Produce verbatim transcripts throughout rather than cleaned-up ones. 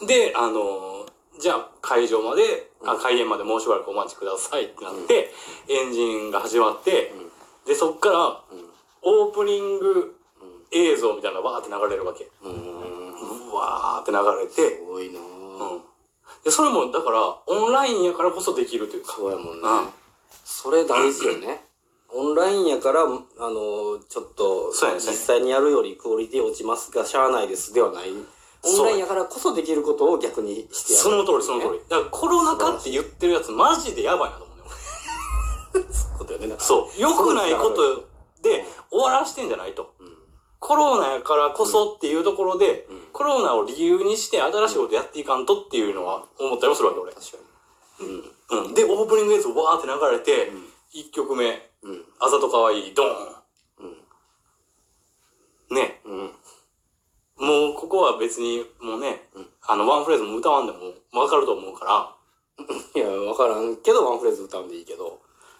で、あのー、じゃあ会場まで、うん、あ開演までもうしばらくお待ちくださいってなって、うん、エンジンが始まって、うん、で、そっから、うん、オープニング映像みたいなのがバーって流れるわけ。うん、うわーって流れて。 すごいなぁ。 うん。で、それも、だから、オンラインやからこそできるというか。 そうやもんね。うん、それ大事よね。オンラインやから、あの、ちょっと、実際にやるよりクオリティ落ちますが、しゃあないですではない。オンラインやからこそできることを逆にしてやる、 ね。その通り、その通り。だからコロナ禍って言ってるやつ、マジでやばいなと思うね。 そういうことよね。 そう。良くないことで終わらしてんじゃないと。うん、コロナやからこそっていうところで、うん、コロナを理由にして新しいことやっていかんとっていうのは思ったりもするわけ、俺。確かに。うん。うん。で、オープニング映像わーって流れて、うん、いっきょくめ、うん、あざとかわいい、ドーン。うん、ね。うん。もう、ここは別に、もうね、うん、あの、ワンフレーズも歌わんでもわかると思うから。 いや、わからんけど、ワンフレーズ歌うんでいいけど。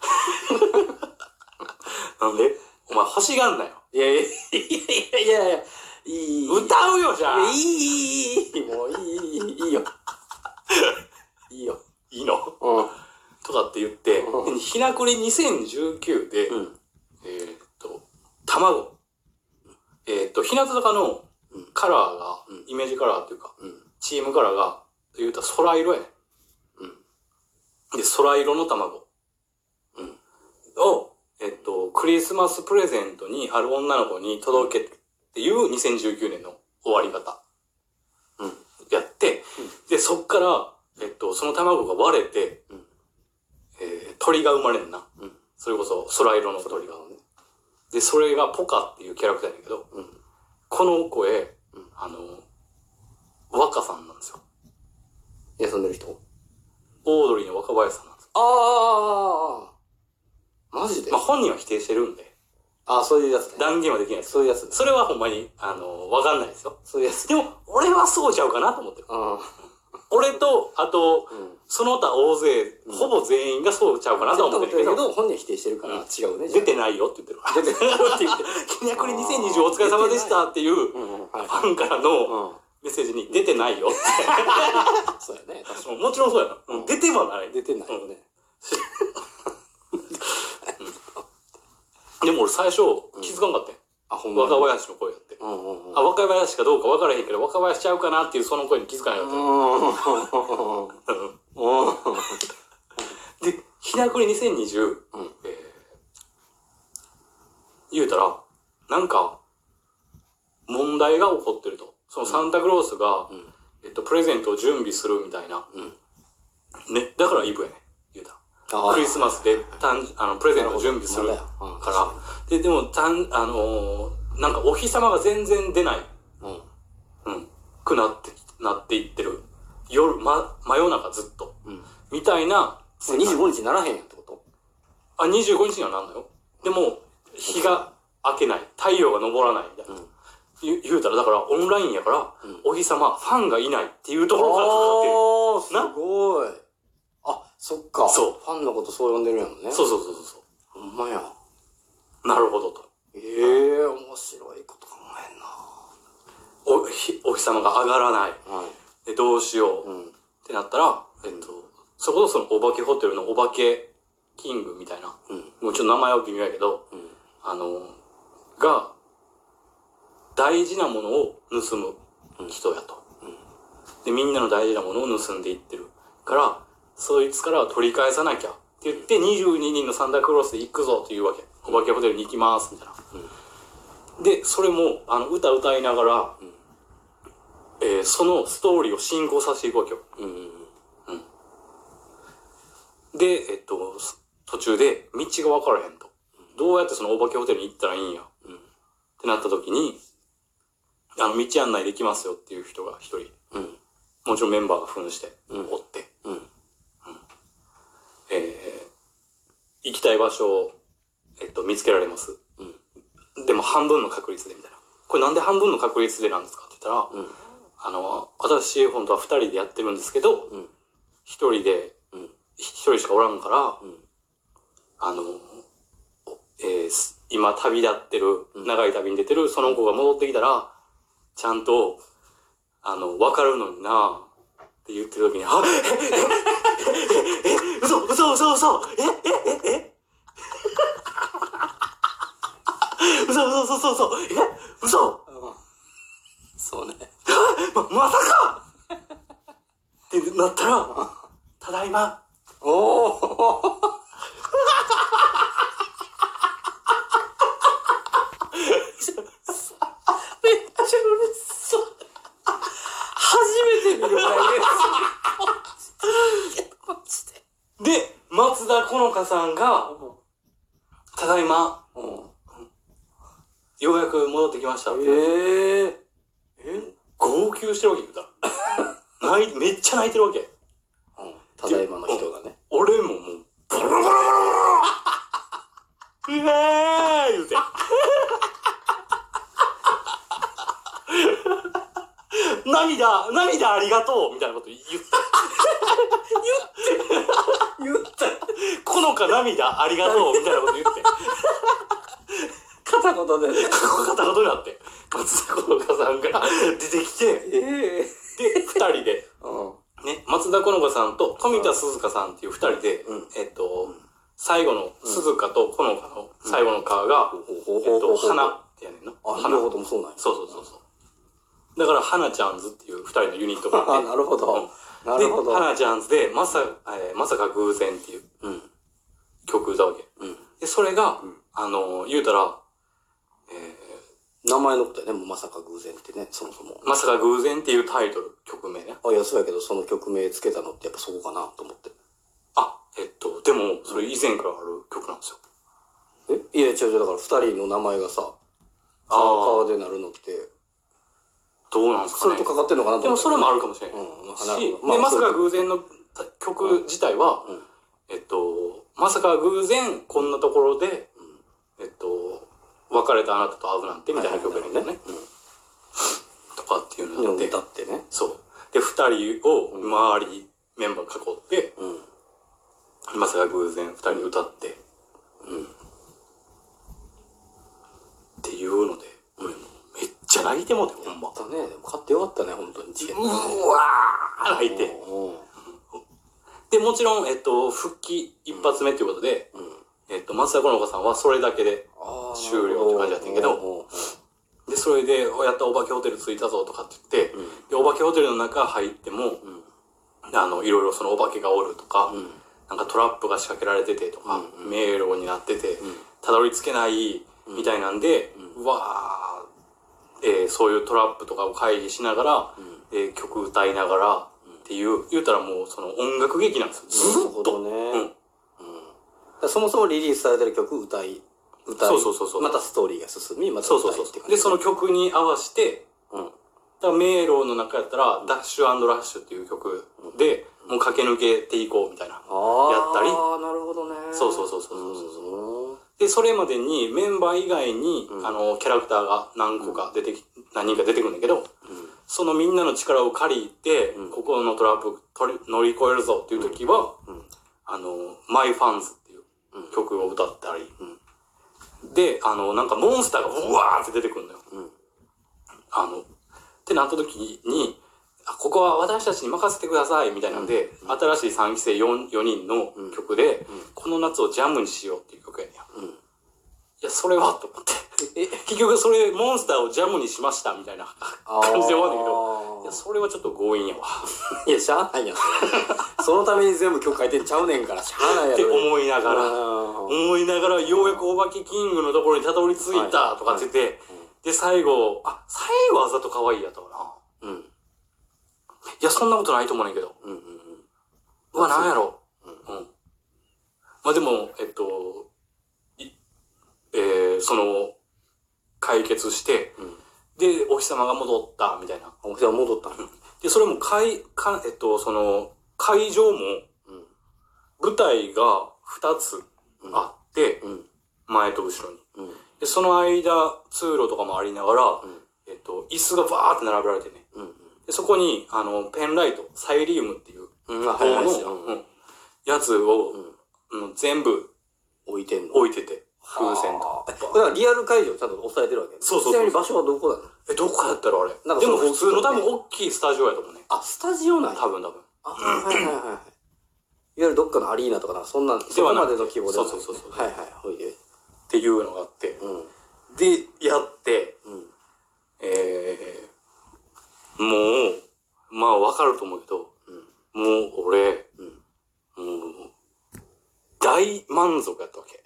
なんでお前欲しがんなよ。 いやいやいやいやいや、いい。 歌うよ、じゃあ。 いや、いい、いい、いい、もういい、いい、いいよ。いいよ。 いいのうん。とかって言って、うん、ひなくりにせんじゅうきゅうで、うん、えー、っと、卵。えー、っと、日向坂のカラーが、うん、イメージカラーっていうか、うん、チームカラーが、言うたら空色やね。うん。で、空色の卵。うん。を、えっと、クリスマスプレゼントにある女の子に届けっていうにせんじゅうきゅうねんの終わり方。うん。やって、うん、で、そっから、えっと、その卵が割れて、うん、えー、鳥が生まれんな。うん。それこそ空色の鳥が。で、それがポカっていうキャラクターやねんけど、うん、この声、うん、あの、若さんなんですよ。 休んでる人？ オードリーの若林さんなんですよ。 ああ、マジで？ まあ、本人は否定してるんで。 ああ、そういうやつね。 断言はできないです。 そういうやつ、ね。 それはほんまに、あの、わかんないですよ。 そういうやつ。 でも、俺はそうちゃうかなと思ってる。あ俺と、あと、うん、その他大勢、うん、ほぼ全員がそうちゃうかなと思ってるけど、 けど本人は否定してるから、うん、違うね。 出てないよって言ってるから。出てないよって言って、きなこりにせんにじゅうお疲れ様でしたっていう、ファンからのメッセージに出てないよって。 そうやね。確かに。 もちろんそうやな。うん、出てはない。 出てないよね。 でも俺最初気づかんかったよ。あ、ほんま。若林の声やって。うんうんうん、あ、若林かどうか分からへんけど、若林ちゃうかなっていうその声に気づかなかった。で、ひなくりにせんにじゅう、うんえー、言うたら、なんか、問題が起こってると。そのサンタクロースが、うん、えっと、プレゼントを準備するみたいな。うん、ね、だからイブやね。言うたら。クリスマスで、たん、あの、プレゼントを準備するから。で、でも、たん、あのー、なんかお日様が全然出ない。うん。うん。くなって、なっていってる。夜、ま、真夜中ずっと。うん。みたいな。 にじゅうごにちにならへんやんってこと？ あ、にじゅうごにちにはなんのよ。でも、日が明けない。太陽が昇らないみたいな。うん。言, 言うたら、だからオンラインやから、うん、お日様、ファンがいないっていうところからかかってる。 あー、すごい。あ、そっか。そう。ファンのことそう呼んでるんやもんね。 そうそうそうそう。 ほんまや。 なるほどと。 ええー、面白いこと考えんな。 お、ひ、お日様が上がらない。はい。で、どうしよう。うん。ってなったら、えっと、そこそそのお化けホテルのお化けキングみたいな。うん。もうちょっと名前は微妙やけど、うん。あの、が、大事なものを盗む人やと。うん。で、みんなの大事なものを盗んでいってる。から、そいつから取り返さなきゃって言って、にじゅうににんのサンタクロースで行くぞっていうわけ。お化けホテルに行きます、みたいな。うん、で、それも、あの、歌歌いながら、うん、えー、そのストーリーを進行させていくわけよ。うんうんうん、で、えっと、途中で道が分からへんと。どうやってそのお化けホテルに行ったらいいんや。うん、ってなった時に、あの、道案内できますよっていう人が一人、うん、もちろんメンバーが扮して、うん、おって、うんうん、えー、行きたい場所を、えっと、見つけられます。うん、でも半分の確率でみたいな。これなんで半分の確率でなんですかって言ったら、うん、あの、私本当は二人でやってるんですけど、うん、一人で、うん、一人しかおらんから、うん、あの、えー、今旅立ってる、長い旅に出てるその子が戻ってきたら、ちゃんと、あの、わかるのになって言ってる時に、あ、え、え、え、え、え、嘘、嘘、嘘、嘘、え、え、え、え、嘘、嘘、嘘、嘘、嘘、え、嘘、 そうね。 ま、まさかってなったら、ただいま。 おお。めっちゃ嬉しそう。初めて見るぐらいで。で、松田好花さんが、ただいま、うん、ようやく戻ってきましたって。えー、 え号泣してるわけ言うたら。泣いめっちゃ泣いてるわけ。 うん、ただいまの人がね。 俺ももう、ボロボロボロボロうわー言うて。涙、涙ありがとうみたいなこと言って。 言って。言って。 このか涙ありがとうみたいなこと言って。 片言でね。 片言になって。松田好花さんが出てきて、 えー、で、二人で、 うん、 ね、松田好花さんと富田鈴香さんっていう二人で、うん、えっと、うん、最後の鈴香と好花の最後の川が、うん、えっと、花ってやねんな。 あ、なるほどもそうなんや。 そうそうそうそう。だから、花ちゃんズっていう二人のユニットがあって。 あ、なるほど。なるほど。 で、花ちゃんズで、まさ、えー、まさか偶然っていう曲歌うわけ。うん、で、それが、うん、あのー、言うたら、えー、名前のことやね、もうまさか偶然ってね、そもそも。 まさか偶然っていうタイトル、曲名ね。 あ、いや、そうやけど、その曲名つけたのってやっぱそこかなと思って。 あ、えっと、でも、それ以前からある曲なんですよ。 えいや、違う違う、だから二人の名前がさ、川でなるのって、 どうなんですかね。 それとかかってんのかなと思って。 でもそれもあるかもしれない。うん、し、まあ、で、まさか偶然の曲自体は、うん、えっと、まさか偶然こんなところで、うん、えっと、別れたあなたと会うなんてみたいな曲やねんね。はいはい、うん、とかっていうので。 歌ってね。 そう。で、二人を周り、うん、メンバー囲って、うん、まさか偶然二人歌って、うん、っていうので、俺もめっちゃ泣いてもうて、ほんま。 だね。でも買ってよかったね、本当に。 うわー泣いて。で、もちろん、えっと、復帰一発目っていうことで、うん、えっと、松田好花さんはそれだけで終了って感じだったんやけど、で、それで、やったお化けホテル着いたぞとかって言って、うん、で、お化けホテルの中入っても、うん、あの、いろいろそのお化けがおるとか、うん、なんかトラップが仕掛けられててとか、うん、迷路になってて、うん、たどり着けないみたいなんで、うん、うわー、えー、そういうトラップとかを会議しながら、うん、えー、曲歌いながらっていう、言うたらもうその音楽劇なんですよ。ずっと。 ね。うん。うん、そもそもリリースされてる曲歌い、歌い。 そうそうそうそう。 またストーリーが進み、また歌いって感じ。そうそうそう。 で、その曲に合わせて、うん。だから迷路の中やったら、ダッシュ&ラッシュっていう曲で、うん、もう駆け抜けていこうみたいな。やったり。 ああ、なるほどね。 そうそうそうそうそうそう。で、それまでにメンバー以外に、うん、あの、キャラクターが何個か出てき、うん、何人か出てくるんだけど、うん、そのみんなの力を借りて、うん、ここのトラップ取り乗り越えるぞっていう時は、うん、あの、マイファンズっていう曲を歌ったり、うん、で、あの、なんかモンスターがうわーって出てくるんだよ。うん、あの、ってなった時に、ここは私たちに任せてくださいみたいなんで、うん、新しいさんきせい 4, 4人の曲で、うん、この夏をジャムにしようっていう曲やねんや。うん、いや、それはと思って。え、結局それ、モンスターをジャムにしましたみたいな感じで終わるんだけど、いや、それはちょっと強引やわ。 いや、しゃあないやん。そのために全部曲書いてんちゃうねんから、しゃあないやろ。 って思いながら、思いながら、ようやくお化けキングのところにたどり着いたとかって言って、はいはい、で、最後、あ、最後はあざと可愛いやったかな。うん。いや、そんなことないと思うねんけど。うんうんうん。うわ、なんやろ。うん。うん。まあでも、えっと、い、えー、その、解決して、うん、で、お日様が戻った、みたいな。 お日様戻った、うん、 で、それも、会、か、えっと、その、会場も、うん、舞台が二つあって、うん、前と後ろに、うん。で、その間、通路とかもありながら、うん、えっと、椅子がバーって並べられてね。うん、でそこに、あの、ペンライト、サイリウムっていう、うん、方の、うん、やつを、うん、全部置いてんの置いてて。 風船と。 だからリアル会場ちゃんと押さえてるわけ。 そうそうそう。 ちなみに場所はどこなの？ え、どこやったらあれ。 なんかでも普通の多分大きいスタジオやと思うね。 あ、スタジオなんや。 多分多分。 あ、はいはいはいはい。いわゆるどっかのアリーナとかな、そんな、そこまでの規模で。 そうそうそうそう。 はいはい、ほいで。 っていうのがあって。 うん。 で、やって、 うん。 えー、もう、まあわかると思うけど、うん、もう俺、うん、もう、大満足やったわけ。